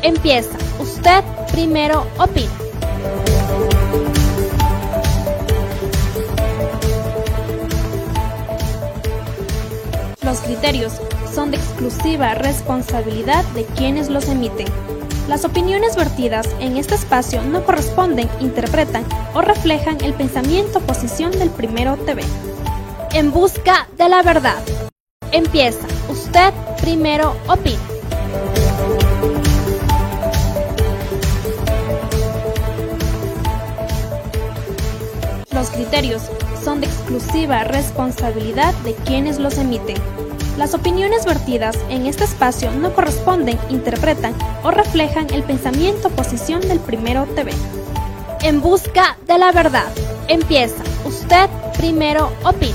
Empieza. Usted primero opina. Los criterios son de exclusiva responsabilidad de quienes los emiten. Las opiniones vertidas en este espacio no corresponden, interpretan o reflejan el pensamiento o posición del Primero TV. En busca de la verdad. Empieza. Usted primero opina. Los criterios son de exclusiva responsabilidad de quienes los emiten. Las opiniones vertidas en este espacio no corresponden, interpretan o reflejan el pensamiento o posición del Primero TV. En busca de la verdad. Empieza. Usted primero opina.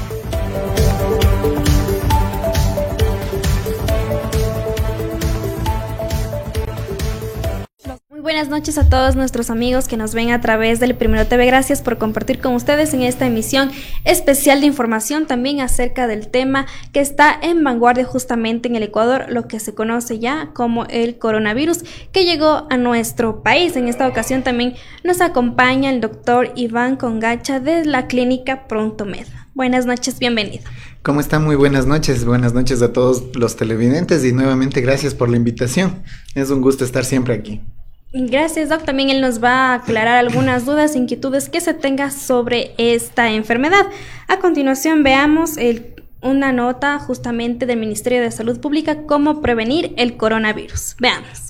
Buenas noches a todos nuestros amigos que nos ven a través del Primero TV. Gracias por compartir con ustedes en esta emisión especial de información también acerca del tema que está en vanguardia justamente en el Ecuador, lo que se conoce ya como el coronavirus que llegó a nuestro país. En esta ocasión también nos acompaña el doctor Iván Congacha de la clínica Prontomed. Buenas noches, bienvenido. ¿Cómo están? Muy buenas noches a todos los televidentes y nuevamente gracias por la invitación. Es un gusto estar siempre aquí. Gracias, Doc. También él nos va a aclarar algunas dudas e inquietudes que se tenga sobre esta enfermedad. A continuación veamos una nota justamente del Ministerio de Salud Pública, cómo prevenir el coronavirus. Veamos.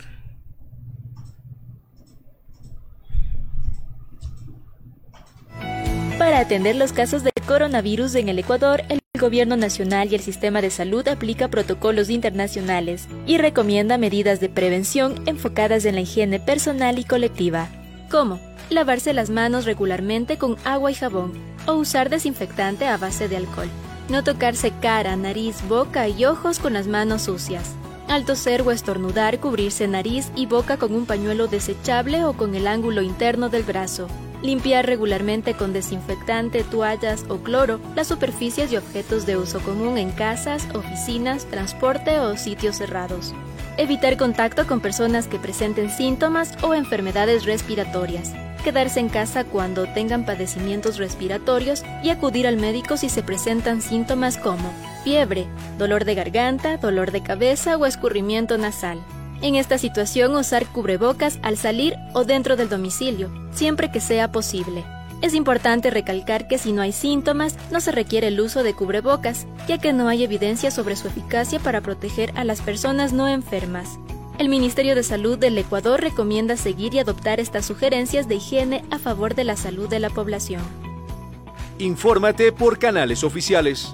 Para atender los casos de coronavirus en el Ecuador, el Gobierno Nacional y el Sistema de Salud aplica protocolos internacionales y recomienda medidas de prevención enfocadas en la higiene personal y colectiva, como lavarse las manos regularmente con agua y jabón o usar desinfectante a base de alcohol, no tocarse cara, nariz, boca y ojos con las manos sucias. Al toser o estornudar, cubrirse nariz y boca con un pañuelo desechable o con el ángulo interno del brazo. Limpiar regularmente con desinfectante, toallas o cloro las superficies y objetos de uso común en casas, oficinas, transporte o sitios cerrados. Evitar contacto con personas que presenten síntomas o enfermedades respiratorias. Quedarse en casa cuando tengan padecimientos respiratorios y acudir al médico si se presentan síntomas como fiebre, dolor de garganta, dolor de cabeza o escurrimiento nasal. En esta situación, usar cubrebocas al salir o dentro del domicilio, siempre que sea posible. Es importante recalcar que si no hay síntomas, no se requiere el uso de cubrebocas, ya que no hay evidencia sobre su eficacia para proteger a las personas no enfermas. El Ministerio de Salud del Ecuador recomienda seguir y adoptar estas sugerencias de higiene a favor de la salud de la población. Infórmate por canales oficiales.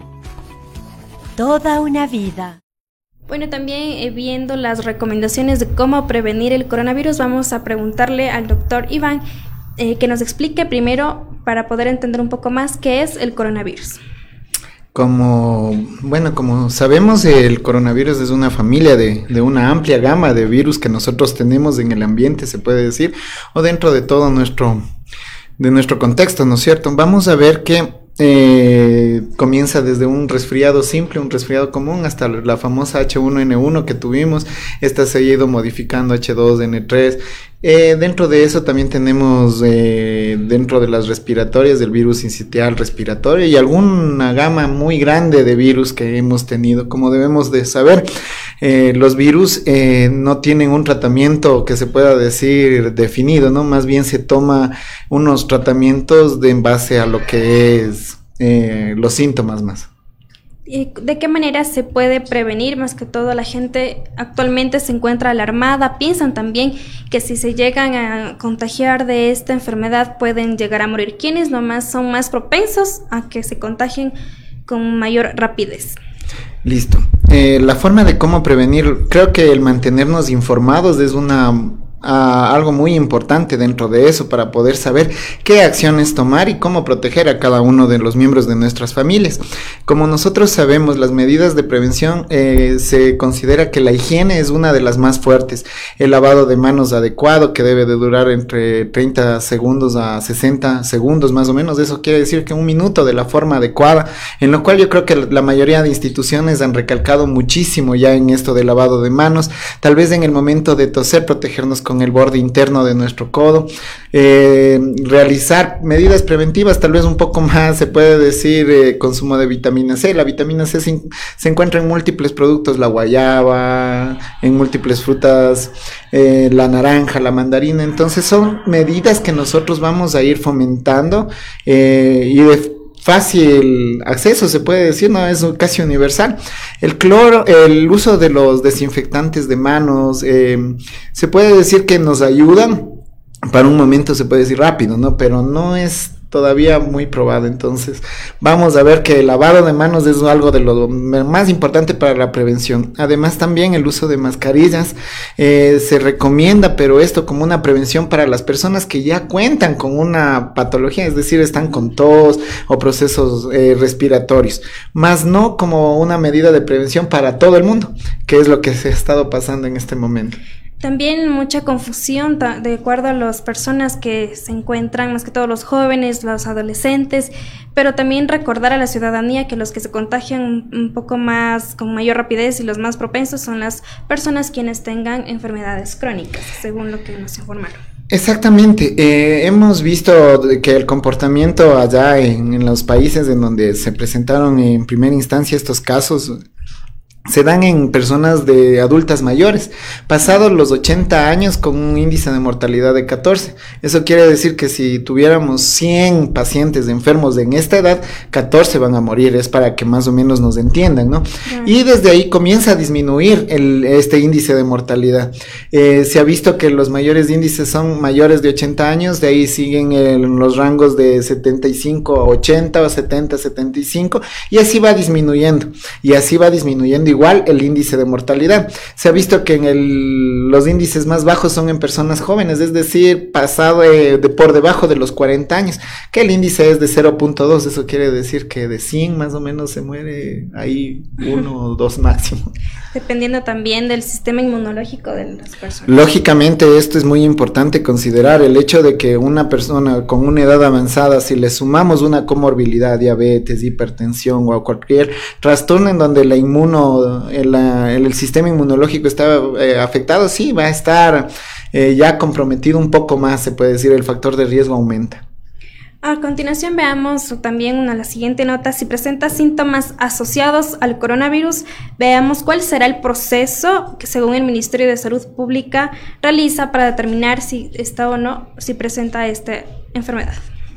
Toda una vida. Bueno, también viendo las recomendaciones de cómo prevenir el coronavirus, vamos a preguntarle al doctor Iván que nos explique primero, para poder entender un poco más, qué es el coronavirus. Como sabemos, el coronavirus es una familia de una amplia gama de virus que nosotros tenemos en el ambiente, se puede decir, o dentro de todo nuestro contexto, ¿no es cierto? Vamos a ver que comienza desde un resfriado simple, un resfriado común, hasta la famosa H1N1 que tuvimos. Esta se ha ido modificando H2N3. Dentro de eso también tenemos dentro de las respiratorias el virus sincitial respiratorio y alguna gama muy grande de virus que hemos tenido. Como debemos de saber, los virus no tienen un tratamiento que se pueda decir definido, ¿no? Más bien se toma unos tratamientos en base a lo que es los síntomas más. ¿De qué manera se puede prevenir? Más que todo, la gente actualmente se encuentra alarmada, piensan también que si se llegan a contagiar de esta enfermedad pueden llegar a morir. ¿Quiénes nomás son más propensos a que se contagien con mayor rapidez? Listo. La forma de cómo prevenir, creo que el mantenernos informados es una algo muy importante dentro de eso para poder saber qué acciones tomar y cómo proteger a cada uno de los miembros de nuestras familias. Como nosotros sabemos, las medidas de prevención se considera que la higiene es una de las más fuertes. El lavado de manos adecuado, que debe de durar entre 30 segundos a 60 segundos más o menos. Eso quiere decir que un minuto de la forma adecuada, en lo cual yo creo que la mayoría de instituciones han recalcado muchísimo ya en esto del lavado de manos. Tal vez en el momento de toser, protegernos con el borde interno de nuestro codo, realizar medidas preventivas, tal vez un poco más, se puede decir, consumo de vitamina C. La vitamina C se encuentra en múltiples productos, la guayaba, en múltiples frutas, la naranja, la mandarina. Entonces son medidas que nosotros vamos a ir fomentando y de fácil acceso, se puede decir, no es casi universal. El cloro, el uso de los desinfectantes de manos, se puede decir que nos ayudan para un momento, se puede decir rápido, ¿no? Pero no es todavía muy probado. Entonces vamos a ver que el lavado de manos es algo de lo más importante para la prevención. Además también el uso de mascarillas se recomienda, pero esto como una prevención para las personas que ya cuentan con una patología, es decir, están con tos o procesos respiratorios, más no como una medida de prevención para todo el mundo, que es lo que se ha estado pasando en este momento. También mucha confusión de acuerdo a las personas que se encuentran, más que todos los jóvenes, los adolescentes, pero también recordar a la ciudadanía que los que se contagian un poco más, con mayor rapidez y los más propensos son las personas quienes tengan enfermedades crónicas, según lo que nos informaron. Exactamente, hemos visto que el comportamiento allá en los países en donde se presentaron en primera instancia estos casos se dan en personas de adultas mayores, pasados los 80 años con un índice de mortalidad de 14. Eso quiere decir que si tuviéramos 100 pacientes enfermos en esta edad, 14 van a morir, es para que más o menos nos entiendan, ¿no? Y desde ahí comienza a disminuir este índice de mortalidad. Se ha visto que los mayores índices son mayores de 80 años, de ahí siguen los rangos de 75 a 80 o 70 a 75, y así va disminuyendo, igual el índice de mortalidad. Se ha visto que los índices más bajos son en personas jóvenes, es decir, pasado por debajo de los 40 años, que el índice es de 0.2, eso quiere decir que de 100 más o menos se muere ahí 1 o 2 máximo. Dependiendo también del sistema inmunológico de las personas. Lógicamente esto es muy importante considerar, el hecho de que una persona con una edad avanzada, si le sumamos una comorbilidad, diabetes, hipertensión o cualquier trastorno en donde el sistema inmunológico está afectado, sí, va a estar ya comprometido un poco más, se puede decir, el factor de riesgo aumenta. A continuación veamos también la siguiente nota. Si presenta síntomas asociados al coronavirus, veamos cuál será el proceso que según el Ministerio de Salud Pública realiza para determinar si está o no, si presenta esta enfermedad.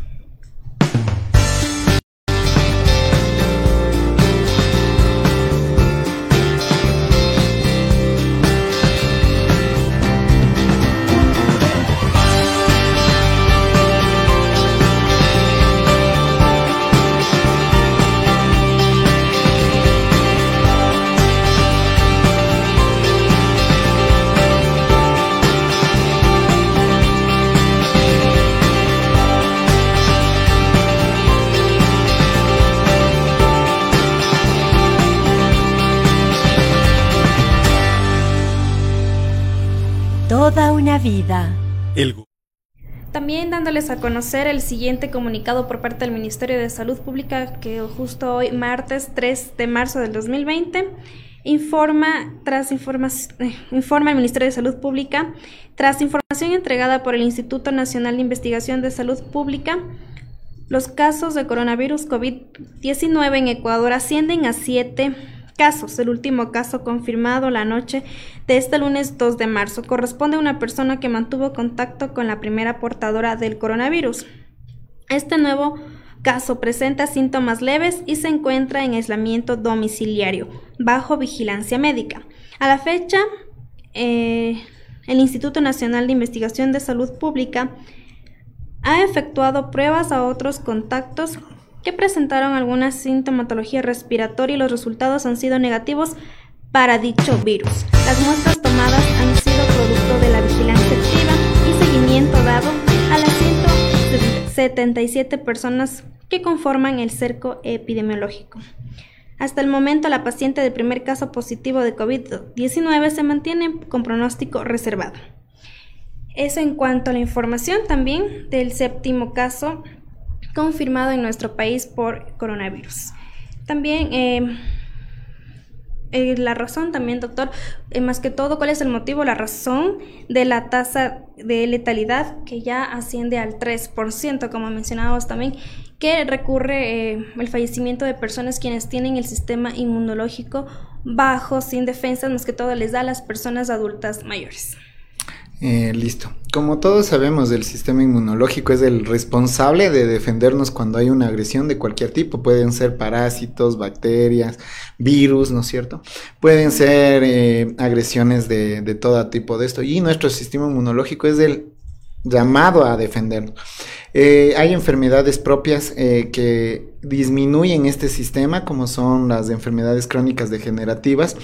Toda una vida. También dándoles a conocer el siguiente comunicado por parte del Ministerio de Salud Pública, que justo hoy, martes 3 de marzo del 2020, informa el Ministerio de Salud Pública, tras información entregada por el Instituto Nacional de Investigación de Salud Pública, los casos de coronavirus COVID-19 en Ecuador ascienden a 7 casos. El último caso confirmado la noche de este lunes 2 de marzo corresponde a una persona que mantuvo contacto con la primera portadora del coronavirus. Este nuevo caso presenta síntomas leves y se encuentra en aislamiento domiciliario bajo vigilancia médica. A la fecha, el Instituto Nacional de Investigación de Salud Pública ha efectuado pruebas a otros contactos que presentaron alguna sintomatología respiratoria y los resultados han sido negativos para dicho virus. Las muestras tomadas han sido producto de la vigilancia activa 77 personas que conforman el cerco epidemiológico. Hasta el momento, la paciente del primer caso positivo de COVID-19 se mantiene con pronóstico reservado. Eso en cuanto a la información también del 7º caso confirmado en nuestro país por coronavirus. También la razón también, doctor, más que todo, ¿cuál es el motivo? La razón de la tasa de letalidad que ya asciende al 3%, como mencionábamos también, que recurre el fallecimiento de personas quienes tienen el sistema inmunológico bajo, sin defensas, más que todo les da a las personas adultas mayores. Listo. Como todos sabemos, el sistema inmunológico es el responsable de defendernos cuando hay una agresión de cualquier tipo. Pueden ser parásitos, bacterias, virus, ¿no es cierto? Pueden ser agresiones de todo tipo de esto. Y nuestro sistema inmunológico es el llamado a defendernos. Hay enfermedades propias que disminuyen este sistema, como son las enfermedades crónicas degenerativas,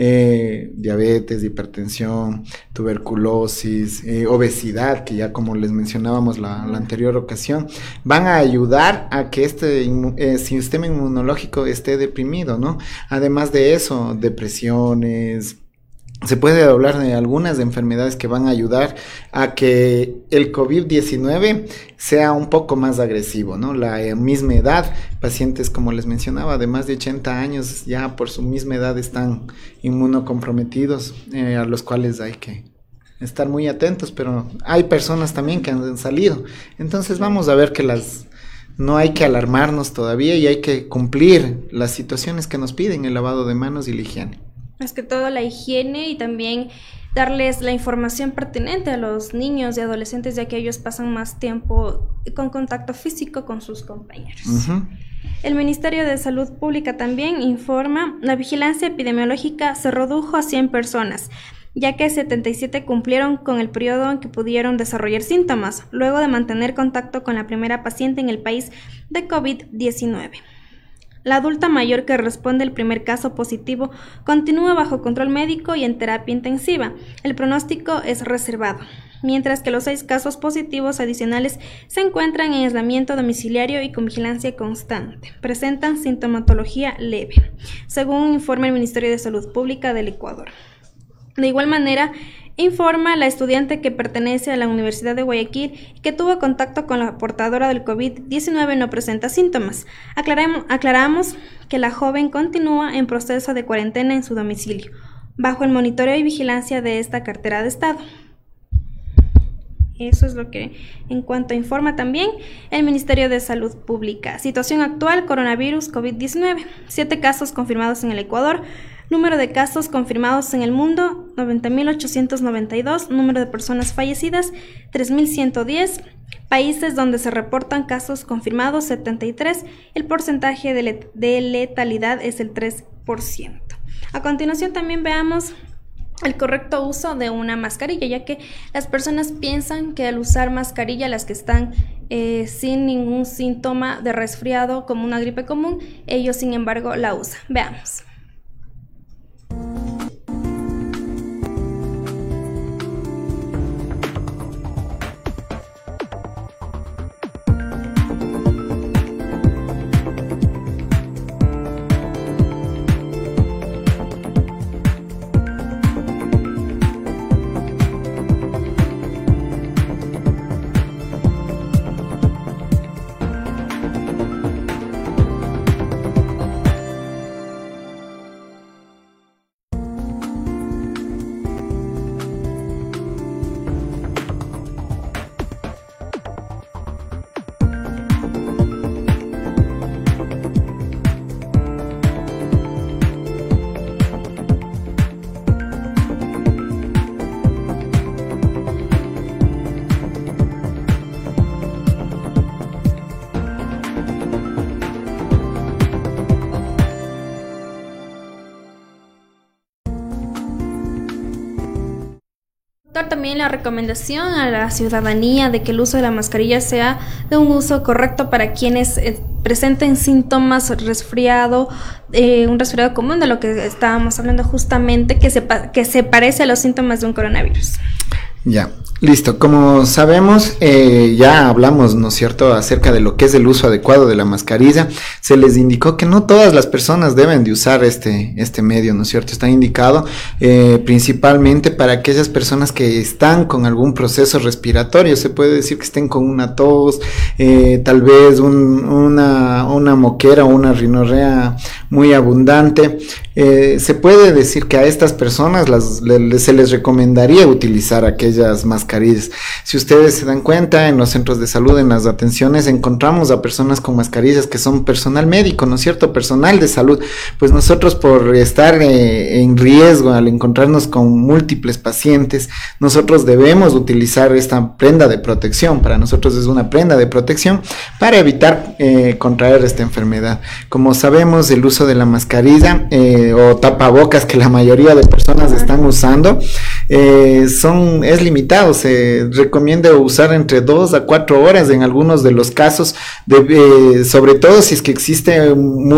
diabetes, hipertensión, tuberculosis, obesidad, que ya como les mencionábamos la anterior ocasión, van a ayudar a que este sistema inmunológico esté deprimido, ¿no? Además de eso, depresiones. Se puede hablar de algunas enfermedades que van a ayudar a que el COVID-19 sea un poco más agresivo, ¿no? La misma edad, pacientes, como les mencionaba, de más de 80 años, ya por su misma edad están inmunocomprometidos, a los cuales hay que estar muy atentos, pero hay personas también que han salido. Entonces vamos a ver que no hay que alarmarnos todavía y hay que cumplir las situaciones que nos piden, el lavado de manos y la higiene. Más que todo la higiene y también darles la información pertinente a los niños y adolescentes, ya que ellos pasan más tiempo con contacto físico con sus compañeros. El Ministerio de Salud Pública también informa, la vigilancia epidemiológica se redujo a 100 personas, ya que 77 cumplieron con el periodo en que pudieron desarrollar síntomas, luego de mantener contacto con la primera paciente en el país de COVID-19. La adulta mayor que responde al primer caso positivo continúa bajo control médico y en terapia intensiva. El pronóstico es reservado, mientras que los 6 casos positivos adicionales se encuentran en aislamiento domiciliario y con vigilancia constante. Presentan sintomatología leve, según informa el Ministerio de Salud Pública del Ecuador. De igual manera, informa la estudiante que pertenece a la Universidad de Guayaquil y que tuvo contacto con la portadora del COVID-19 no presenta síntomas. Aclaramos que la joven continúa en proceso de cuarentena en su domicilio, bajo el monitoreo y vigilancia de esta cartera de Estado. Eso es lo que en cuanto informa también el Ministerio de Salud Pública. Situación actual, coronavirus COVID-19. 7 casos confirmados en el Ecuador. Número de casos confirmados en el mundo, 90.892. Número de personas fallecidas, 3.110. Países donde se reportan casos confirmados, 73. El porcentaje de letalidad es el 3%. A continuación también veamos el correcto uso de una mascarilla, ya que las personas piensan que al usar mascarilla, las que están sin ningún síntoma de resfriado como una gripe común, ellos sin embargo la usan. Veamos. También la recomendación a la ciudadanía de que el uso de la mascarilla sea de un uso correcto para quienes presenten síntomas, resfriado, un resfriado común, de lo que estábamos hablando justamente, que se parece a los síntomas de un coronavirus. Ya, Listo, como sabemos, ya hablamos, ¿no es cierto?, acerca de lo que es el uso adecuado de la mascarilla. Se les indicó que no todas las personas deben de usar este medio, ¿no es cierto? Está indicado principalmente para aquellas personas que están con algún proceso respiratorio. Se puede decir que estén con una tos, tal vez una moquera o una rinorrea muy abundante. Se puede decir que a estas personas se les recomendaría utilizar aquellas mascarillas. Si ustedes se dan cuenta, en los centros de salud, en las atenciones, encontramos a personas con mascarillas que son personal médico, ¿no es cierto?, personal de salud. Pues nosotros, por estar en riesgo al encontrarnos con múltiples pacientes, nosotros debemos utilizar esta prenda de protección. Para nosotros es una prenda de protección para evitar contraer esta enfermedad. Como sabemos, el uso de la mascarilla o tapabocas que la mayoría de personas están usando es limitado. Se recomienda usar entre 2 a 4 horas en algunos de los casos, sobre todo si es que existe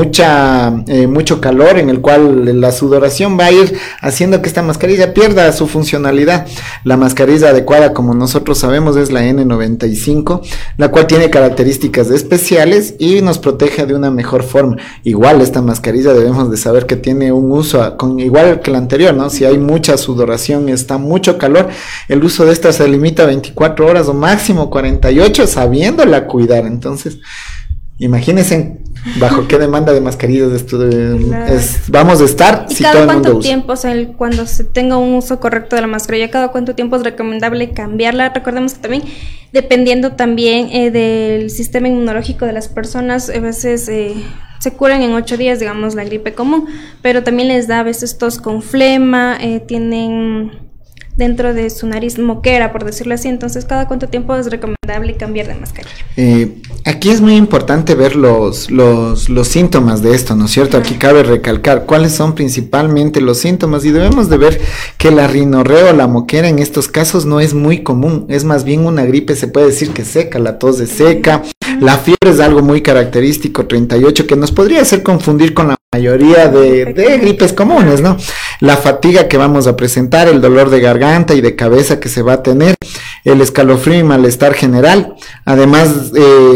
mucho calor, en el cual la sudoración va a ir haciendo que esta mascarilla pierda su funcionalidad. La mascarilla adecuada, como nosotros sabemos, es la N95, la cual tiene características especiales y nos protege de una mejor forma. Igual esta mascarilla debemos de saber que tiene un uso igual que la anterior, ¿no? Si hay mucha sudoración, está mucho calor, el uso de esta se limita a 24 horas o máximo 48, sabiéndola cuidar. Entonces, imagínense bajo qué demanda de mascarillas vamos a estar si todo el mundo usa. ¿Y cada cuánto tiempo, o sea, cuando se tenga un uso correcto de la mascarilla, cada cuánto tiempo es recomendable cambiarla? Recordemos que también, dependiendo también del sistema inmunológico de las personas, a veces se curan en 8 días, digamos, la gripe común, pero también les da a veces tos con flema, tienen dentro de su nariz moquera, por decirlo así. Entonces, ¿cada cuánto tiempo es recomendable cambiar de mascarilla? Aquí es muy importante ver los síntomas de esto, ¿no es cierto? Aquí cabe recalcar cuáles son principalmente los síntomas, y debemos de ver que la rinorrea o la moquera en estos casos no es muy común, es más bien una gripe, se puede decir que seca, la tos es seca, la fiebre es algo muy característico, 38, que nos podría hacer confundir con la mayoría de gripes comunes, ¿no? La fatiga que vamos a presentar, el dolor de garganta y de cabeza que se va a tener, el escalofrío y malestar general. Además,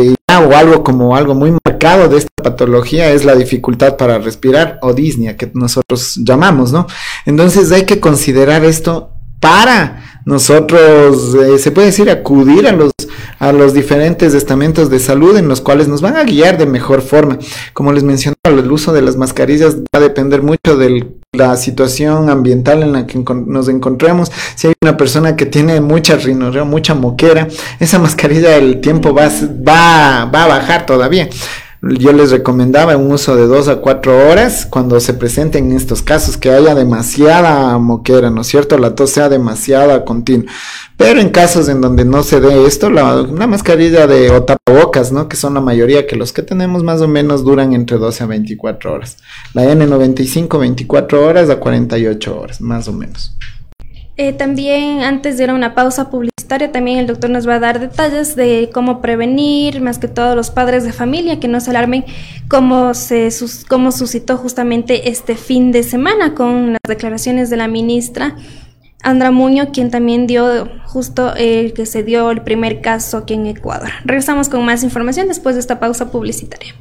algo muy marcado de esta patología es la dificultad para respirar, o disnea, que nosotros llamamos, ¿no? Entonces hay que considerar esto para nosotros, se puede decir, acudir a los diferentes estamentos de salud, en los cuales nos van a guiar de mejor forma. Como les mencionaba, el uso de las mascarillas va a depender mucho de la situación ambiental en la que nos encontremos. Si hay una persona que tiene mucha rinorrea, mucha moquera, esa mascarilla, el tiempo va a bajar todavía. Yo les recomendaba un uso de 2 a 4 horas cuando se presenten estos casos, que haya demasiada moquera, ¿no es cierto? La tos sea demasiada continua. Pero en casos en donde no se dé esto, la mascarilla o tapabocas, ¿no?, que son la mayoría, que los que tenemos más o menos duran entre 12 a 24 horas. La N95, 24 horas a 48 horas, más o menos. También, antes de ir a una pausa publicitaria, también el doctor nos va a dar detalles de cómo prevenir, más que todo los padres de familia, que no se alarmen, cómo suscitó justamente este fin de semana con las declaraciones de la ministra Andra Muñoz, quien también dio justo que se dio el primer caso aquí en Ecuador. Regresamos con más información después de esta pausa publicitaria.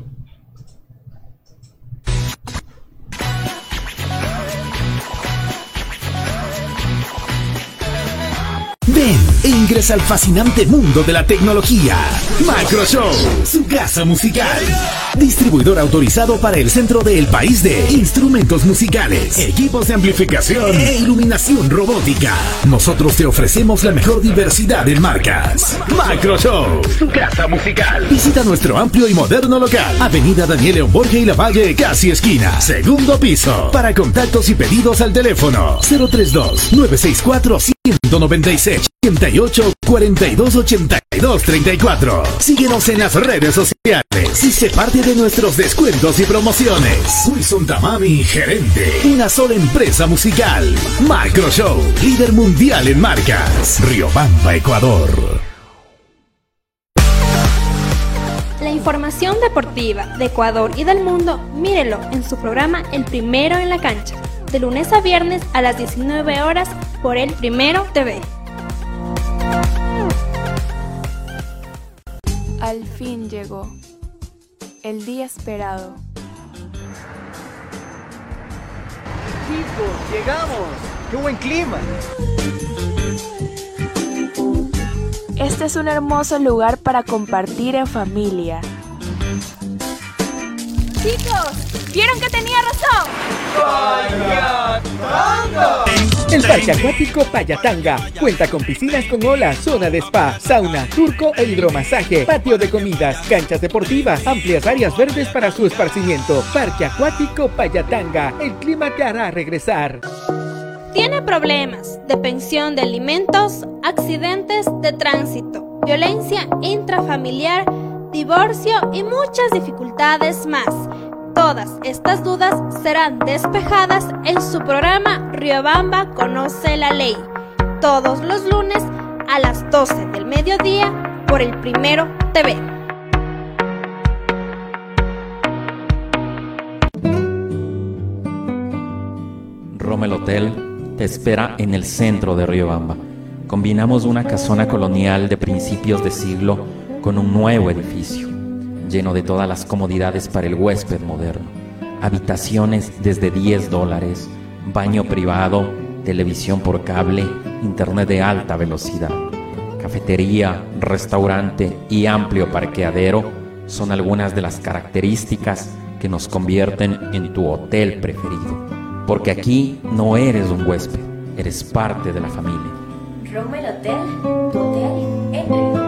Ven e ingresa al fascinante mundo de la tecnología. Macroshow, su casa musical. Distribuidor autorizado para el centro del país de instrumentos musicales, equipos de amplificación e iluminación robótica. Nosotros te ofrecemos la mejor diversidad en marcas. Macroshow, su casa musical. Visita nuestro amplio y moderno local. Avenida Daniel León Borges y Lavalle, casi esquina. Segundo piso. Para contactos y pedidos al teléfono 032-964-196. 88 42 82 34. Síguenos en las redes sociales y sé parte de nuestros descuentos y promociones. Wilson Tamami, gerente. Una sola empresa musical. Macroshow, líder mundial en marcas. Riobamba, Ecuador. La información deportiva de Ecuador y del mundo, mírelo en su programa El Primero en la Cancha, de lunes a viernes a las 19 horas por El Primero TV. Al fin llegó el día esperado. Chicos, llegamos. ¡Qué buen clima! Este es un hermoso lugar para compartir en familia. Chicos, ¿vieron que tenía razón? ¡Payatanga! El Parque Acuático Payatanga cuenta con piscinas con olas, zona de spa, sauna, turco e hidromasaje, patio de comidas, canchas deportivas, amplias áreas verdes para su esparcimiento. Parque Acuático Payatanga, el clima te hará regresar. ¿Tiene problemas de pensión de alimentos, accidentes de tránsito, violencia intrafamiliar, divorcio y muchas dificultades más? Todas estas dudas serán despejadas en su programa Riobamba Conoce la Ley, todos los lunes a las 12 del mediodía por el Primero TV. Rommel Hotel te espera en el centro de Riobamba. Combinamos una casona colonial de principios de siglo con un nuevo edificio, lleno de todas las comodidades para el huésped moderno. Habitaciones desde $10, baño privado, televisión por cable, internet de alta velocidad, cafetería, restaurante y amplio parqueadero son algunas de las características que nos convierten en tu hotel preferido. Porque aquí no eres un huésped, eres parte de la familia. Rommel Hotel, tu hotel en Riobamba.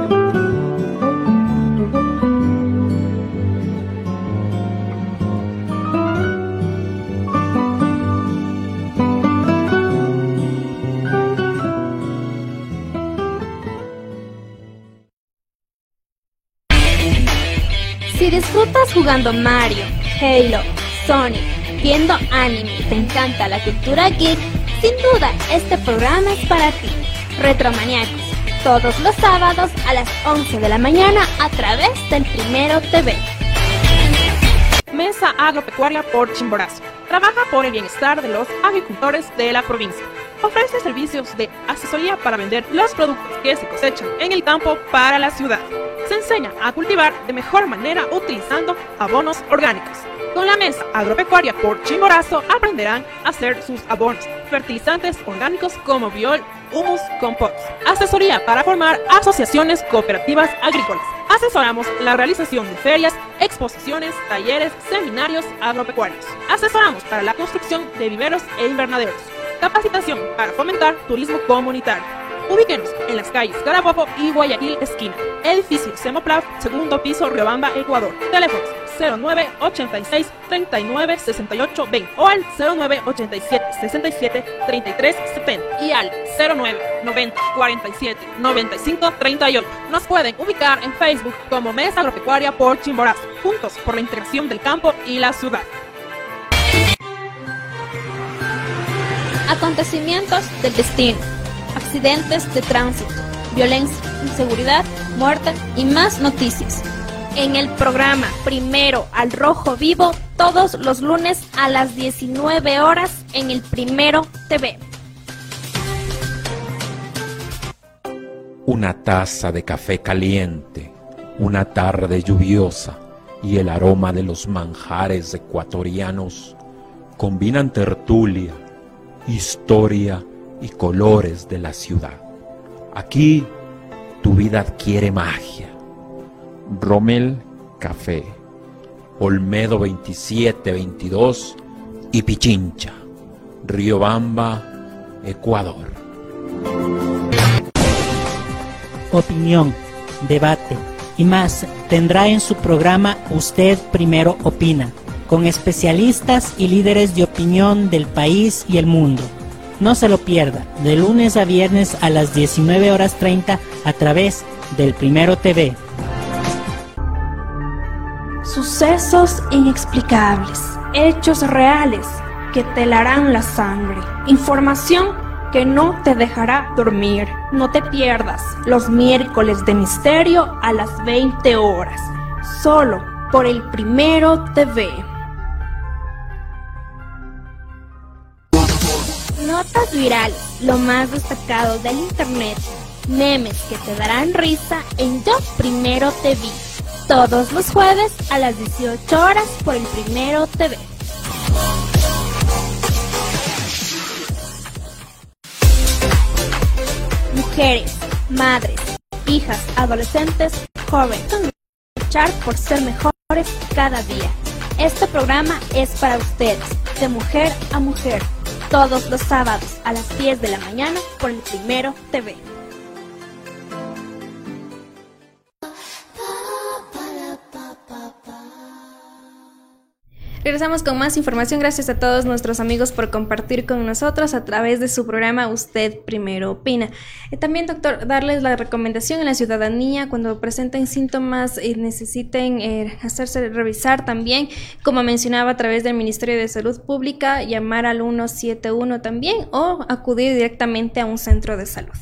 Si disfrutas jugando Mario, Halo, Sonic, viendo anime y te encanta la cultura geek, sin duda este programa es para ti. Retromaniacos, todos los sábados a las 11 de la mañana a través del Primero TV. Mesa Agropecuaria por Chimborazo. Trabaja por el bienestar de los agricultores de la provincia. Ofrece servicios de asesoría para vender los productos que se cosechan en el campo para la ciudad. Se enseña a cultivar de mejor manera utilizando abonos orgánicos. Con la Mesa Agropecuaria por Chimborazo aprenderán a hacer sus abonos, fertilizantes orgánicos como biol, humus, compost. Asesoría para formar asociaciones cooperativas agrícolas. Asesoramos la realización de ferias, exposiciones, talleres, seminarios agropecuarios. Asesoramos para la construcción de viveros e invernaderos. Capacitación para fomentar turismo comunitario. Ubíquenos en las calles Carabobo y Guayaquil esquina. Edificio Semoplaf, segundo piso, Riobamba, Ecuador. Teléfonos 09 86 39 68 20 o al 09 87 67 33 70 y al 09 90 47 95 38. Nos pueden ubicar en Facebook como Mesa Agropecuaria por Chimborazo, juntos por la integración del campo y la ciudad. Acontecimientos del destino, accidentes de tránsito, violencia, inseguridad, muerte y más noticias. En el programa Primero al Rojo Vivo, todos los lunes a las 19 horas en el Primero TV. Una taza de café caliente, una tarde lluviosa y el aroma de los manjares ecuatorianos combinan tertulia, historia y colores de la ciudad. Aquí tu vida adquiere magia. Rommel Café, Olmedo 2722 y Pichincha, Riobamba, Ecuador. Opinión, debate y más tendrá en su programa Usted Primero Opina, con especialistas y líderes de opinión del país y el mundo. No se lo pierda, de lunes a viernes a las 19:30 a través del Primero TV. Sucesos inexplicables, hechos reales que te helarán la sangre, información que no te dejará dormir. No te pierdas los miércoles de misterio a las 20 horas, solo por el Primero TV. Notas virales, lo más destacado del internet, Memes que te darán risa en Yo Primero Te Vi. Todos los jueves a las 18 horas por el Primero TV. Mujeres, madres, hijas, adolescentes, jóvenes, luchar por ser mejores cada día. Este programa es para ustedes, de mujer a mujer, todos los sábados a las 10 de la mañana por el Primero TV. Regresamos con más información. Gracias a todos nuestros amigos por compartir con nosotros a través de su programa Usted Primero Opina. También, doctor, darles la recomendación a la ciudadanía cuando presenten síntomas y necesiten hacerse revisar también, como mencionaba a través del Ministerio de Salud Pública, llamar al 171 también o acudir directamente a un centro de salud.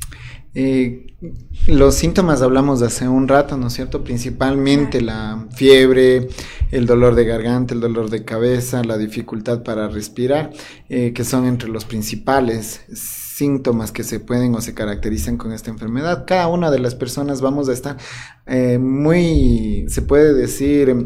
Los síntomas hablamos de hace un rato, ¿no es cierto? Principalmente la fiebre, el dolor de garganta, el dolor de cabeza, la dificultad para respirar, que son entre los principales síntomas que se pueden o se caracterizan con esta enfermedad. Cada una de las personas vamos a estar se puede decir,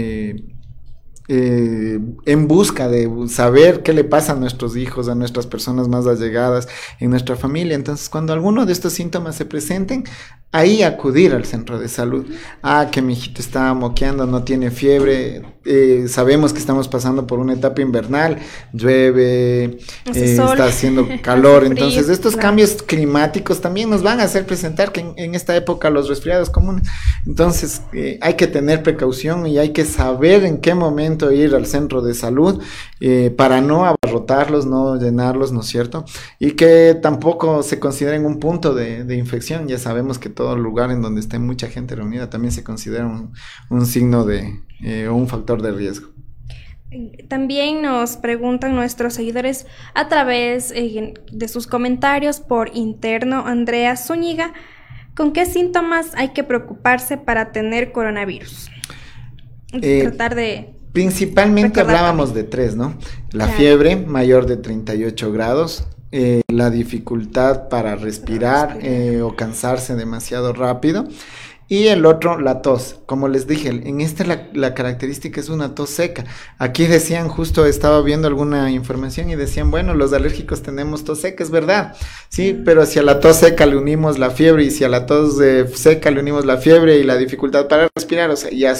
en busca de saber qué le pasa a nuestros hijos, a nuestras personas más allegadas en nuestra familia. Entonces, cuando alguno de estos síntomas se presenten, ahí acudir al centro de salud. Que mi hijito está moqueando, no tiene fiebre, sabemos que estamos pasando por una etapa invernal, llueve, está haciendo calor, entonces estos cambios climáticos también nos van a hacer presentar que en esta época los resfriados comunes. Entonces hay que tener precaución y hay que saber en qué momento ir al centro de salud para no abarrotarlos, no llenarlos, ¿no es cierto? Y que tampoco se consideren un punto de infección. Ya sabemos que todo lugar en donde esté mucha gente reunida también se considera un signo de un factor de riesgo. También nos preguntan nuestros seguidores a través de sus comentarios por interno. Andrea Zúñiga, ¿con qué síntomas hay que preocuparse para tener coronavirus? Tratar de... Principalmente hablábamos de 3, ¿no? La fiebre mayor de 38 grados, la dificultad para respirar o cansarse demasiado rápido, y el otro, la tos. Como les dije, en esta la característica es una tos seca. Aquí decían, justo estaba viendo alguna información y decían, bueno, los alérgicos tenemos tos seca, es verdad, sí, pero si a la tos seca le unimos la fiebre, y si a la tos seca le unimos la fiebre y la dificultad para respirar, o sea, ya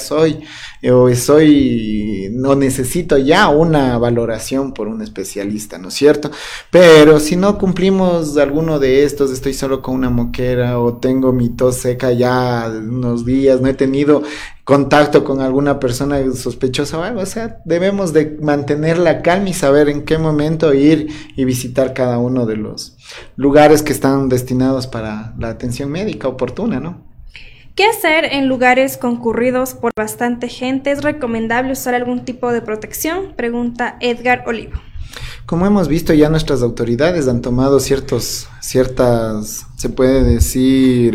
no necesito ya una valoración por un especialista, ¿no es cierto? Pero si no cumplimos alguno de estos, estoy solo con una moquera o tengo mi tos seca ya unos días, no he tenido contacto con alguna persona sospechosa o algo, o sea, debemos de mantener la calma y saber en qué momento ir y visitar cada uno de los lugares que están destinados para la atención médica oportuna, ¿no? ¿Qué hacer en lugares concurridos por bastante gente? ¿Es recomendable usar algún tipo de protección? Pregunta Edgar Olivo. Como hemos visto, ya nuestras autoridades han tomado ciertas, se puede decir,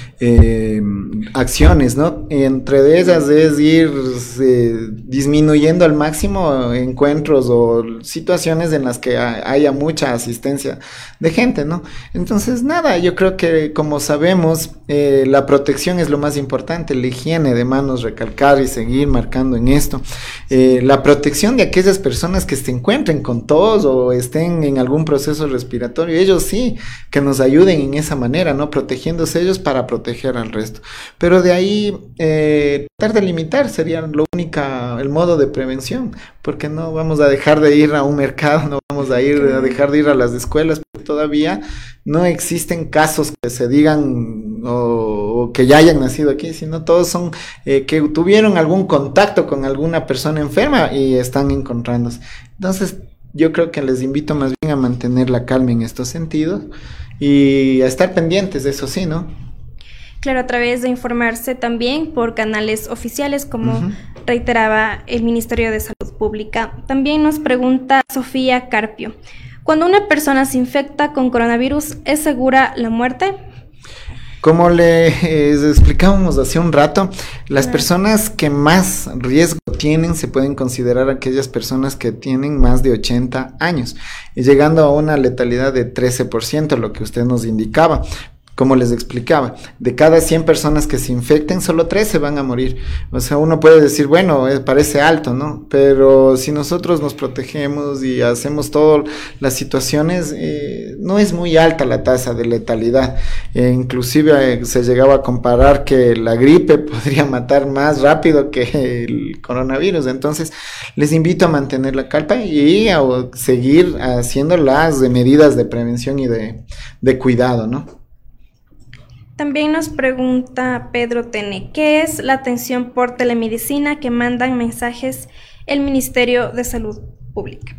acciones, ¿no? Entre ellas es ir disminuyendo al máximo encuentros o situaciones en las que haya mucha asistencia de gente, ¿no? Entonces, nada, yo creo que, como sabemos, la protección es lo más importante, la higiene de manos, recalcar y seguir marcando en esto. La protección de aquellas personas que se encuentren con tos o estén en algún proceso respiratorio, ellos sí, que nos ayuden en esa manera, ¿no? Protegiéndose ellos para proteger al resto. Pero de ahí, tratar de limitar sería el modo de prevención, porque no vamos a dejar de ir a un mercado, no vamos a dejar de ir a las escuelas, porque todavía no existen casos que se digan o que ya hayan nacido aquí, sino todos son que tuvieron algún contacto con alguna persona enferma y están encontrándose. Entonces, yo creo que les invito más bien a mantener la calma en estos sentidos y a estar pendientes de eso, sí, ¿no? Claro, a través de informarse también por canales oficiales, como reiteraba el Ministerio de Salud Pública. También nos pregunta Sofía Carpio, ¿cuando una persona se infecta con coronavirus, es segura la muerte? Como les explicábamos hace un rato, las personas que más riesgo tienen se pueden considerar aquellas personas que tienen más de 80 años, y llegando a una letalidad de 13%, lo que usted nos indicaba. como les explicaba, de cada 100 personas que se infecten, solo 3 se van a morir. O sea, uno puede decir, bueno, parece alto, ¿no? Pero si nosotros nos protegemos y hacemos todas las situaciones, no es muy alta la tasa de letalidad. Inclusive se llegaba a comparar que la gripe podría matar más rápido que el coronavirus. Entonces, les invito a mantener la calma y a seguir haciendo las medidas de prevención y de cuidado, ¿no? También nos pregunta Pedro Tene, ¿qué es la atención por telemedicina que mandan mensajes el Ministerio de Salud Pública?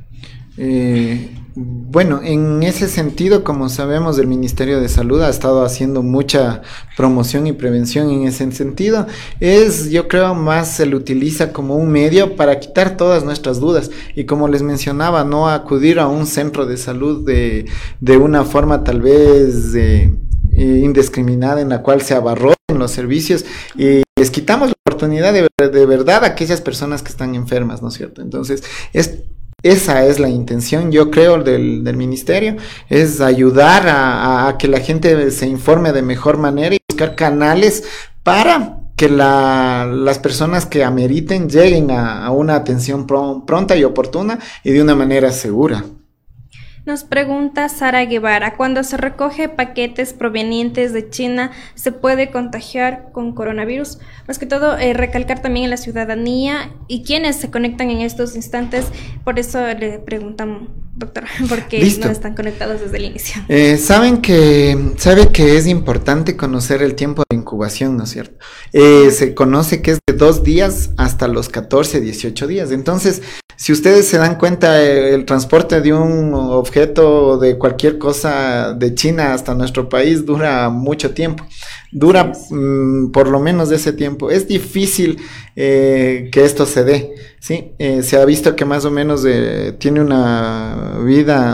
Bueno, en ese sentido, como sabemos, el Ministerio de Salud ha estado haciendo mucha promoción y prevención en ese sentido. Yo creo, más se lo utiliza como un medio para quitar todas nuestras dudas. Y como les mencionaba, no acudir a un centro de salud de una forma tal vez indiscriminada, en la cual se abarroten los servicios y les quitamos la oportunidad de verdad a aquellas personas que están enfermas, ¿no es cierto? Entonces, esa es la intención, yo creo, del ministerio, es ayudar a que la gente se informe de mejor manera y buscar canales para que las personas que ameriten lleguen a una atención pronta y oportuna y de una manera segura. Nos pregunta Sara Guevara, cuando se recoge paquetes provenientes de China, ¿se puede contagiar con coronavirus? Más que todo, recalcar también en la ciudadanía y quienes se conectan en estos instantes. Por eso le preguntamos, doctora, porque no están conectados desde el inicio. Sabe que es importante conocer el tiempo de incubación, ¿no es cierto? Se conoce que es de 2 días hasta los 14, 18 días. Entonces, si ustedes se dan cuenta, el transporte de un objeto, de cualquier cosa de China hasta nuestro país dura mucho tiempo. Dura por lo menos de ese tiempo. Es difícil que esto se dé, ¿sí? Se ha visto que más o menos tiene una vida,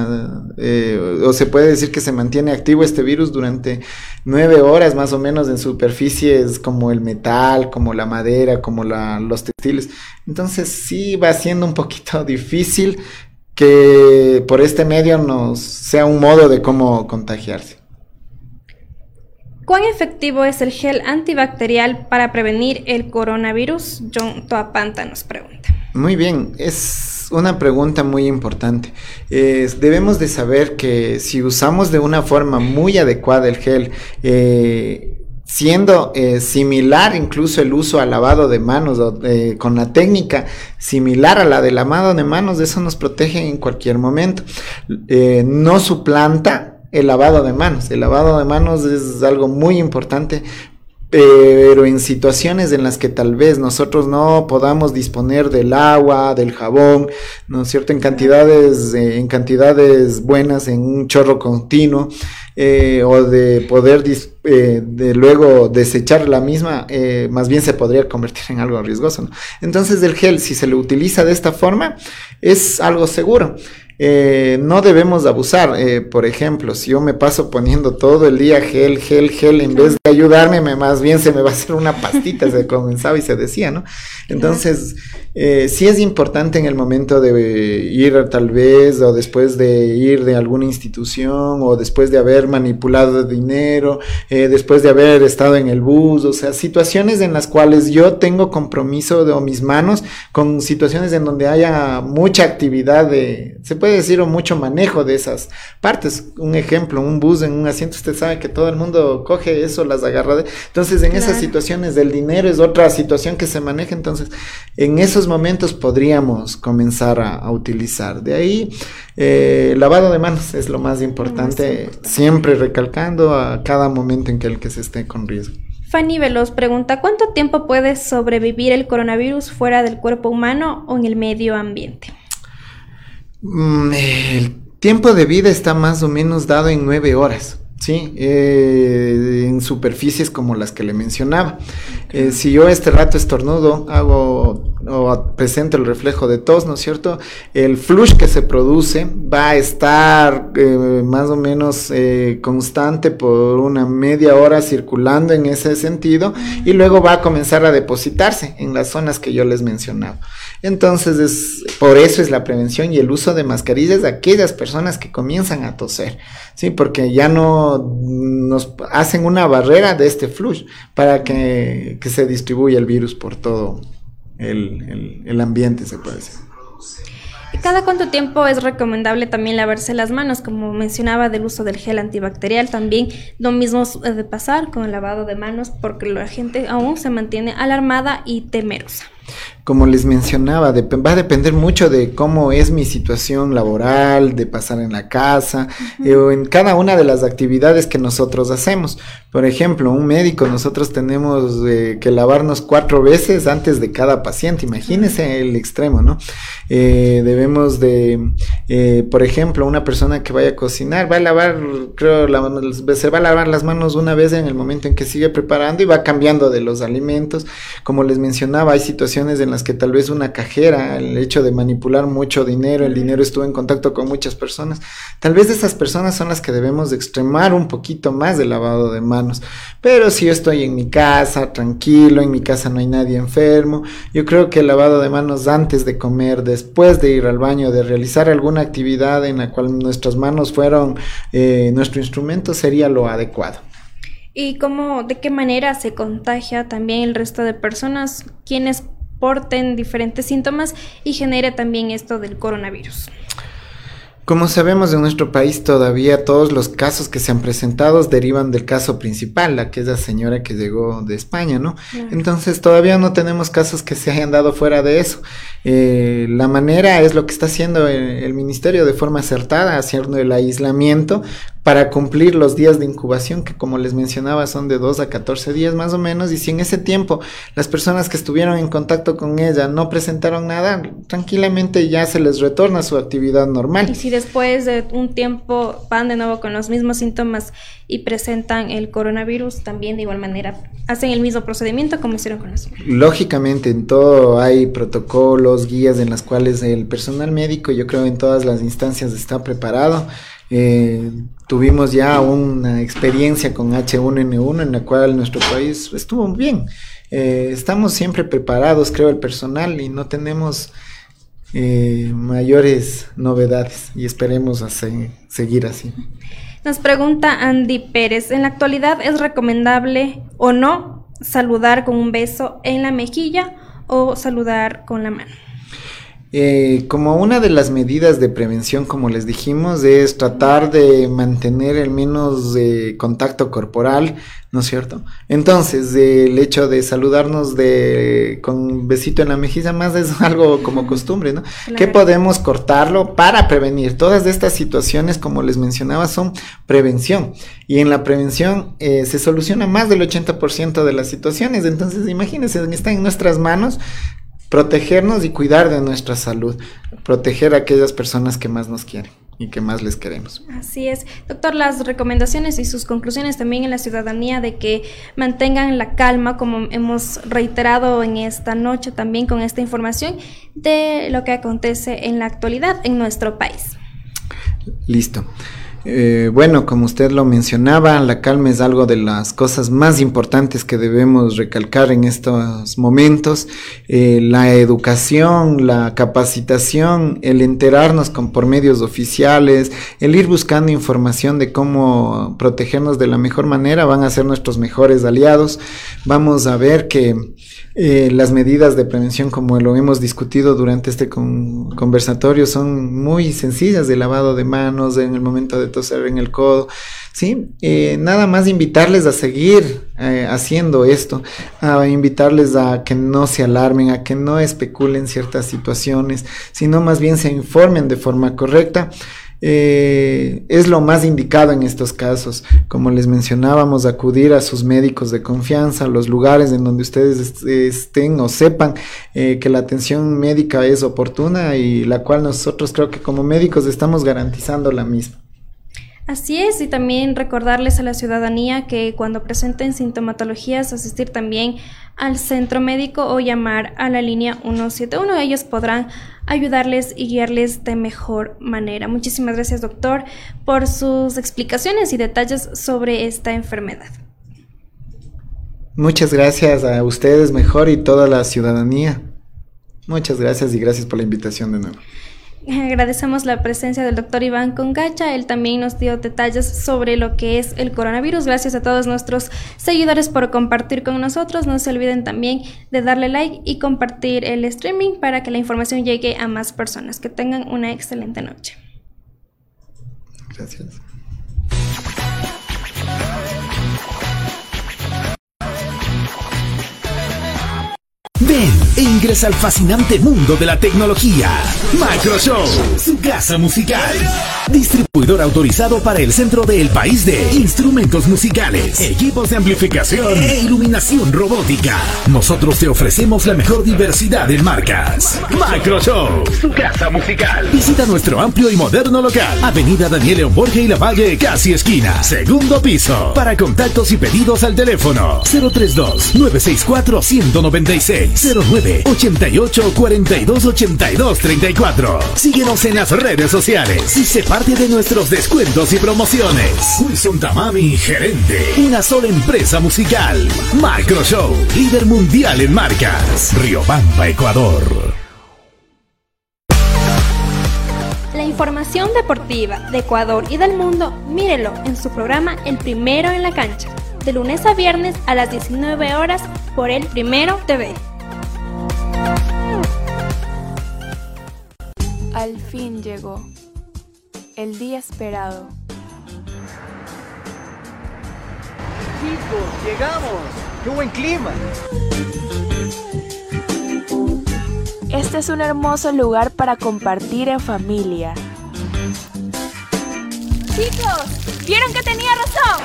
o se puede decir que se mantiene activo este virus durante 9 horas más o menos en superficies como el metal, como la madera, como los textiles. Entonces sí va siendo un poquito difícil que por este medio nos sea un modo de cómo contagiarse. ¿Cuán efectivo es el gel antibacterial para prevenir el coronavirus? John Toapanta nos pregunta. Muy bien, es una pregunta muy importante. Debemos de saber que si usamos de una forma muy adecuada el gel, siendo similar incluso el uso al lavado de manos, con la técnica similar a la del lavado de manos, eso nos protege en cualquier momento. No suplanta el lavado de manos. El lavado de manos es algo muy importante, pero en situaciones en las que tal vez nosotros no podamos disponer del agua, del jabón, ¿no es cierto?, en cantidades buenas, en un chorro continuo, o de poder de luego desechar la misma, más bien se podría convertir en algo riesgoso, ¿no? Entonces el gel, si se lo utiliza de esta forma, es algo seguro. No debemos abusar. Por ejemplo, si yo me paso poniendo todo el día gel, en vez de ayudarme, más bien se me va a hacer una pastita, se comenzaba y se decía, ¿no? Entonces, sí es importante en el momento de ir tal vez, o después de ir de alguna institución, o después de haber manipulado dinero, después de haber estado en el bus, o sea, situaciones en las cuales yo tengo compromiso o mis manos con situaciones en donde haya mucha actividad se puede decir, o mucho manejo de esas partes. Un ejemplo, un bus en un asiento, usted sabe que todo el mundo coge eso, las agarra. Entonces, en esas situaciones del dinero es otra situación que se maneja. Entonces, en esos momentos podríamos comenzar a utilizar. De ahí, lavado de manos es lo más importante, siempre recalcando a cada momento en que el que se esté con riesgo. Fanny Veloz pregunta, ¿cuánto tiempo puede sobrevivir el coronavirus fuera del cuerpo humano o en el medio ambiente? El tiempo de vida está más o menos dado en 9 horas, ¿sí? En en superficies como las que le mencionaba. Si yo este rato estornudo, hago o presento el reflejo de tos, ¿no es cierto? El flush que se produce va a estar más o menos constante por una media hora circulando en ese sentido y luego va a comenzar a depositarse en las zonas que yo les mencionaba. Entonces, por eso es la prevención y el uso de mascarillas de aquellas personas que comienzan a toser, ¿sí? Porque ya no nos hacen una barrera de este flush para que se distribuya el virus por todo el ambiente, se puede decir. ¿Y cada cuánto tiempo es recomendable también lavarse las manos? Como mencionaba del uso del gel antibacterial, también lo mismo debe pasar con el lavado de manos porque la gente aún se mantiene alarmada y temerosa. Como les mencionaba, va a depender mucho de cómo es mi situación laboral, de pasar en la casa, o en cada una de las actividades que nosotros hacemos. Por ejemplo, un médico, nosotros tenemos que lavarnos 4 veces antes de cada paciente. Imagínense el extremo, ¿no? Debemos de, por ejemplo, una persona que vaya a cocinar, va a lavar, se va a lavar las manos una vez en el momento en que sigue preparando y va cambiando de los alimentos. Como les mencionaba, hay situaciones en las que tal vez una cajera, el hecho de manipular mucho dinero, el dinero estuvo en contacto con muchas personas, tal vez esas personas son las que debemos de extremar un poquito más del lavado de manos. Pero si yo estoy en mi casa, tranquilo, en mi casa no hay nadie enfermo, yo creo que el lavado de manos antes de comer, después de ir al baño, de realizar alguna actividad en la cual nuestras manos fueron nuestro instrumento, sería lo adecuado. ¿Y de qué manera se contagia también el resto de personas quienes porten diferentes síntomas y genere también esto del coronavirus? Como sabemos, en nuestro país todavía todos los casos que se han presentado derivan del caso principal, aquella señora que llegó de España, ¿no? Entonces todavía no tenemos casos que se hayan dado fuera de eso. La manera es lo que está haciendo el ministerio de forma acertada, haciendo el aislamiento para cumplir los días de incubación, que como les mencionaba son de 2 a 14 días más o menos, y si en ese tiempo las personas que estuvieron en contacto con ella no presentaron nada, tranquilamente ya se les retorna su actividad normal. Y si después de un tiempo van de nuevo con los mismos síntomas y presentan el coronavirus, también de igual manera hacen el mismo procedimiento como hicieron con nosotros. Lógicamente en todo hay protocolos, guías en las cuales el personal médico, yo creo en todas las instancias está preparado. Tuvimos ya una experiencia con H1N1 en la cual nuestro país estuvo bien. Estamos siempre preparados, creo, el personal, y no tenemos mayores novedades y esperemos seguir así. Nos pregunta Andy Pérez, ¿en la actualidad es recomendable o no saludar con un beso en la mejilla o saludar con la mano? Como una de las medidas de prevención, como les dijimos, es tratar de mantener el menos contacto corporal, ¿no es cierto? Entonces, el hecho de saludarnos con besito en la mejilla más es algo como costumbre, ¿no? Claro. Que podemos cortarlo para prevenir. Todas estas situaciones, como les mencionaba, son prevención. Y en la prevención se soluciona más del 80% de las situaciones. Entonces, imagínense, está en nuestras manos protegernos y cuidar de nuestra salud, proteger a aquellas personas que más nos quieren y que más les queremos. Así es. Doctor, las recomendaciones y sus conclusiones también en la ciudadanía de que mantengan la calma, como hemos reiterado en esta noche también con esta información de lo que acontece en la actualidad en nuestro país. Listo. Bueno, como usted lo mencionaba, la calma es algo de las cosas más importantes que debemos recalcar en estos momentos. La educación, la capacitación, el enterarnos por medios oficiales, el ir buscando información de cómo protegernos de la mejor manera van a ser nuestros mejores aliados. Vamos a ver que las medidas de prevención, como lo hemos discutido durante este conversatorio, son muy sencillas, de lavado de manos, en el momento de toser en el codo, ¿sí? Nada más invitarles a seguir haciendo esto, a invitarles a que no se alarmen, a que no especulen ciertas situaciones, sino más bien se informen de forma correcta. Es lo más indicado en estos casos. Como les mencionábamos, acudir a sus médicos de confianza, a los lugares en donde ustedes estén o sepan que la atención médica es oportuna y la cual nosotros creo que como médicos estamos garantizando la misma. Así es, y también recordarles a la ciudadanía que cuando presenten sintomatologías, asistir también al centro médico o llamar a la línea 171. Ellos podrán ayudarles y guiarles de mejor manera. Muchísimas gracias, doctor, por sus explicaciones y detalles sobre esta enfermedad. Muchas gracias a ustedes, mejor, y toda la ciudadanía. Muchas gracias y gracias por la invitación de nuevo. Agradecemos la presencia del doctor Iván Congacha. Él también nos dio detalles sobre lo que es el coronavirus. Gracias a todos nuestros seguidores por compartir con nosotros. No se olviden también de darle like y compartir el streaming para que la información llegue a más personas. Que tengan una excelente noche. Gracias. Ven e ingresa al fascinante mundo de la tecnología. Macroshow, su casa musical. Distribuidor autorizado para el centro del país de instrumentos musicales, equipos de amplificación e iluminación robótica. Nosotros te ofrecemos la mejor diversidad en marcas. Macroshow, su casa musical. Visita nuestro amplio y moderno local. Avenida Daniel León Borja y Lavalle, casi esquina. Segundo piso. Para contactos y pedidos al teléfono 032-964-196. 09-88-42-82-34. Síguenos en las redes sociales y sé parte de nuestros descuentos y promociones. Wilson Tamami, gerente. Una sola empresa musical. Macroshow, líder mundial en marcas. Riobamba, Ecuador. La información deportiva de Ecuador y del mundo, mírelo en su programa El Primero en la Cancha, de lunes a viernes a las 19 horas por El Primero TV. Al fin llegó el día esperado. Chicos, llegamos. ¡Qué buen clima! Este es un hermoso lugar para compartir en familia. Chicos, ¿vieron que tenía razón?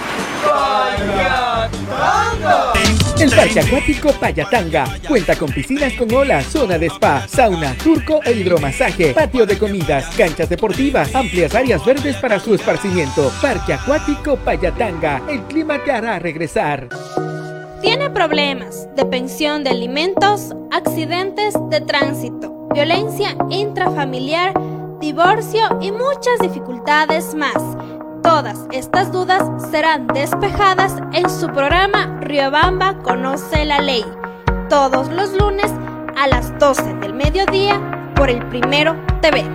¡Payatanga! El Parque Acuático Payatanga cuenta con piscinas con olas, zona de spa, sauna, turco e hidromasaje, patio de comidas, canchas deportivas, amplias áreas verdes para su esparcimiento. Parque Acuático Payatanga, el clima te hará regresar. ¿Tiene problemas de pensión de alimentos, accidentes de tránsito, violencia intrafamiliar, divorcio y muchas dificultades más? Todas estas dudas serán despejadas en su programa Riobamba Conoce la Ley, todos los lunes a las 12 del mediodía por El Primero TV.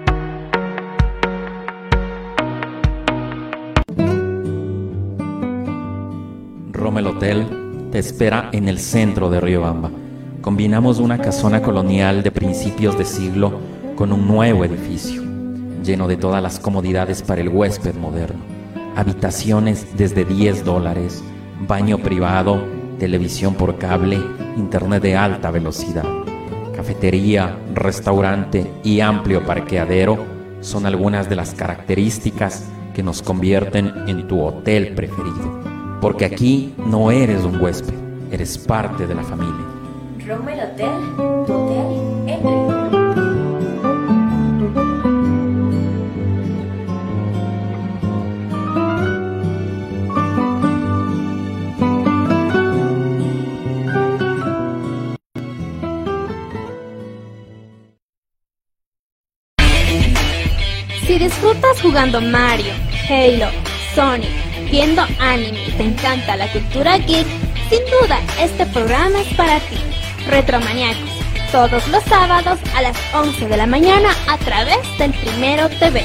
Rommel Hotel te espera en el centro de Riobamba. Combinamos una casona colonial de principios de siglo con un nuevo edificio, lleno de todas las comodidades para el huésped moderno. Habitaciones desde $10, baño privado, televisión por cable, internet de alta velocidad, cafetería, restaurante y amplio parqueadero son algunas de las características que nos convierten en tu hotel preferido. Porque aquí no eres un huésped, eres parte de la familia. Rommel Hotel, tu hotel en Río. Si disfrutas jugando Mario, Halo, Sonic, viendo anime y te encanta la cultura geek, sin duda este programa es para ti. Retromaniacos, todos los sábados a las 11 de la mañana a través del Primero TV.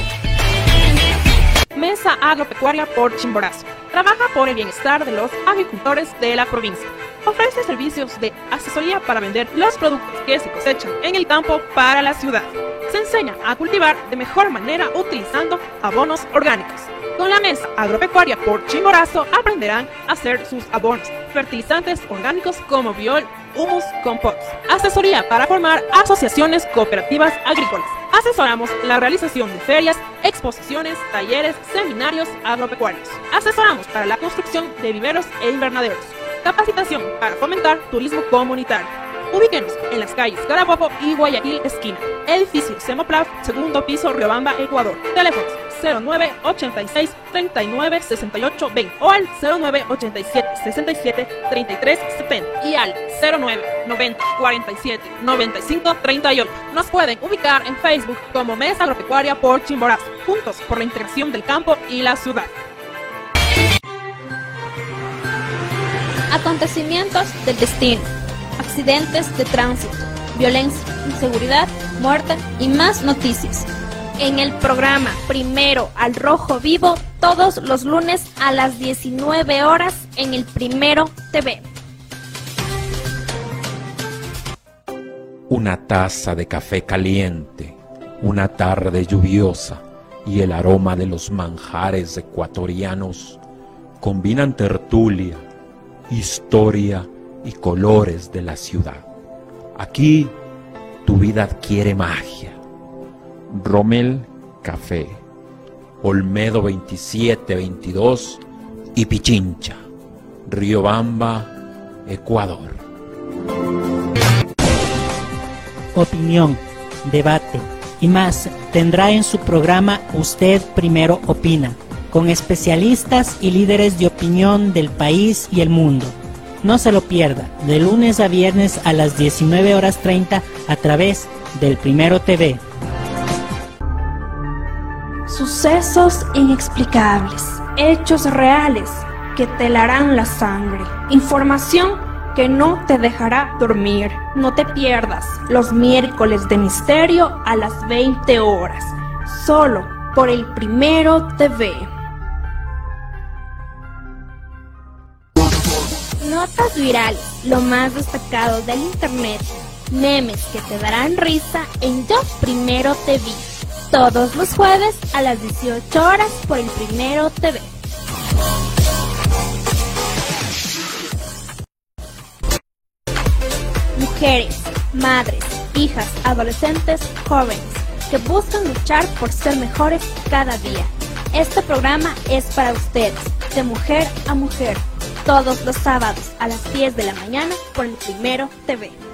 Mesa Agropecuaria por Chimborazo. Trabaja por el bienestar de los agricultores de la provincia. Ofrece servicios de asesoría para vender los productos que se cosechan en el campo para la ciudad. Se enseña a cultivar de mejor manera utilizando abonos orgánicos. Con la Mesa Agropecuaria por Chimborazo aprenderán a hacer sus abonos, fertilizantes orgánicos como biol, humus, compost. Asesoría para formar asociaciones cooperativas agrícolas. Asesoramos la realización de ferias, exposiciones, talleres, seminarios agropecuarios. Asesoramos para la construcción de viveros e invernaderos. Capacitación para fomentar turismo comunitario. Ubíquenos en las calles Carabobo y Guayaquil esquina. Edificio Semoplaf, segundo piso, Riobamba, Ecuador. Teléfonos 0986 39 68 20 o al 0987 67 33 70 y al 09 90 47 95 38. Nos pueden ubicar en Facebook como Mesa Agropecuaria por Chimborazo, juntos por la integración del campo y la ciudad. Acontecimientos del destino, accidentes de tránsito, violencia, inseguridad, muerte y más noticias. En el programa Primero al Rojo Vivo, todos los lunes a las 19 horas en el Primero TV. Una taza de café caliente, una tarde lluviosa y el aroma de los manjares ecuatorianos combinan tertulia, historia y colores de la ciudad. Aquí tu vida adquiere magia. Rommel Café, Olmedo 2722 y Pichincha, Riobamba, Ecuador. Opinión, debate y más tendrá en su programa Usted Primero Opina, con especialistas y líderes de opinión del país y el mundo. No se lo pierda, de lunes a viernes a las 19:30 a través del Primero TV. Sucesos inexplicables, hechos reales que te helarán la sangre, información que no te dejará dormir. No te pierdas los miércoles de misterio a las 20 horas, solo por el Primero TV. Notas virales, lo más destacado del internet, memes que te darán risa en Yo Primero TV. Todos los jueves a las 18 horas por el Primero TV. Mujeres, madres, hijas, adolescentes, jóvenes que buscan luchar por ser mejores cada día. Este programa es para ustedes, de mujer a mujer, todos los sábados a las 10 de la mañana por el Primero TV.